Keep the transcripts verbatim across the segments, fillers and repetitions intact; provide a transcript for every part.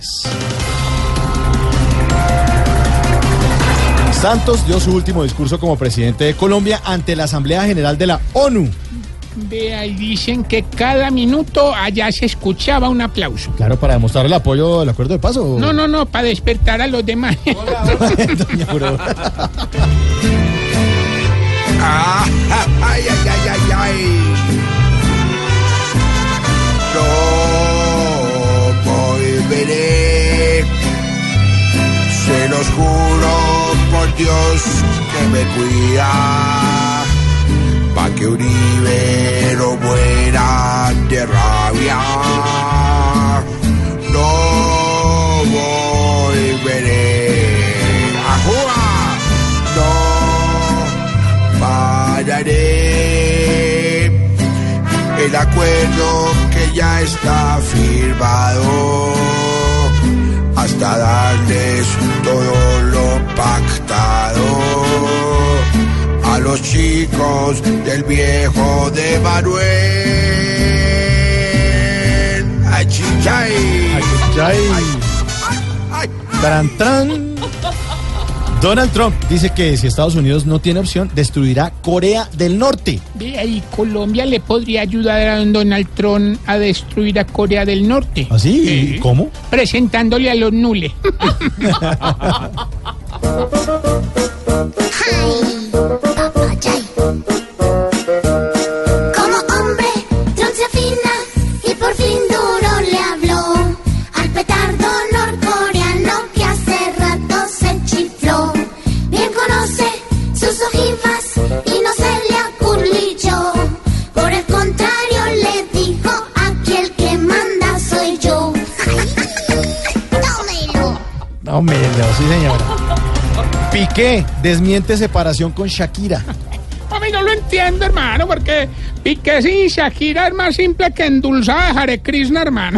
Deportes. Santos dio su último discurso como presidente de Colombia ante la Asamblea General de la ONU. Vea, y dicen que cada minuto allá se escuchaba un aplauso. Claro, para demostrar el apoyo al acuerdo de paz. ¿O? No, no, no, para despertar a los demás. Hola, hola. Doña Aurora. Ah, ay, ay, ay, ay, ay. No volveré. Se los juro por Dios que me cuida. Pa' que Uribe no muera de rabia. No volveré a jugar. No pararé. El acuerdo que ya está firmado, hasta darles todo lo pactado a los chicos del viejo de Manuel. Achichay. Achichay. Tran, tran. Donald Trump dice que si Estados Unidos no tiene opción, destruirá Corea del Norte. Vea, y Colombia le podría ayudar a Donald Trump a destruir a Corea del Norte. ¿Ah, sí? ¿Sí? ¿Cómo? Presentándole a los nules. No, me sí, señora. Piqué desmiente separación con Shakira. A mí no lo entiendo, hermano, porque Piqué sí, Shakira es más simple que endulzada de Hare Krishna, hermano.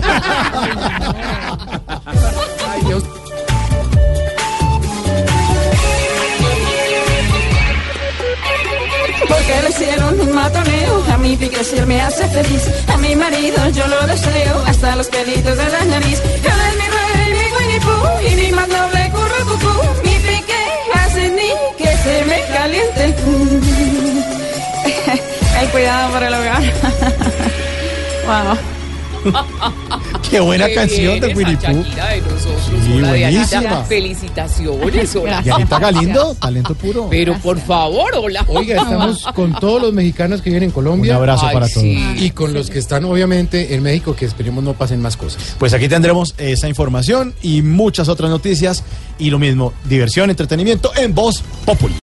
Ay, Dios. Porque le hicieron un matoneo, a mí Piqué sí me hace feliz. A mi marido yo lo deseo, hasta los pelitos de la nariz. Él es mi rey, mi Winnie Pooh, y mi más noble currucucú. Mi Piqué hace ni que se me caliente el cu. El cuidado para el hogar. Wow. Qué buena Qué canción de Winnie Pooh. Sí, buenísima. Felicitaciones, hola. Y Anita Galindo, talento puro. Pero por favor, hola. Oiga, estamos con todos los mexicanos que viven en Colombia. Un abrazo Ay, para todos. Sí. Y con los que están obviamente en México, que esperemos no pasen más cosas. Pues aquí tendremos esa información y muchas otras noticias. Y lo mismo, diversión, entretenimiento en Voz Populi.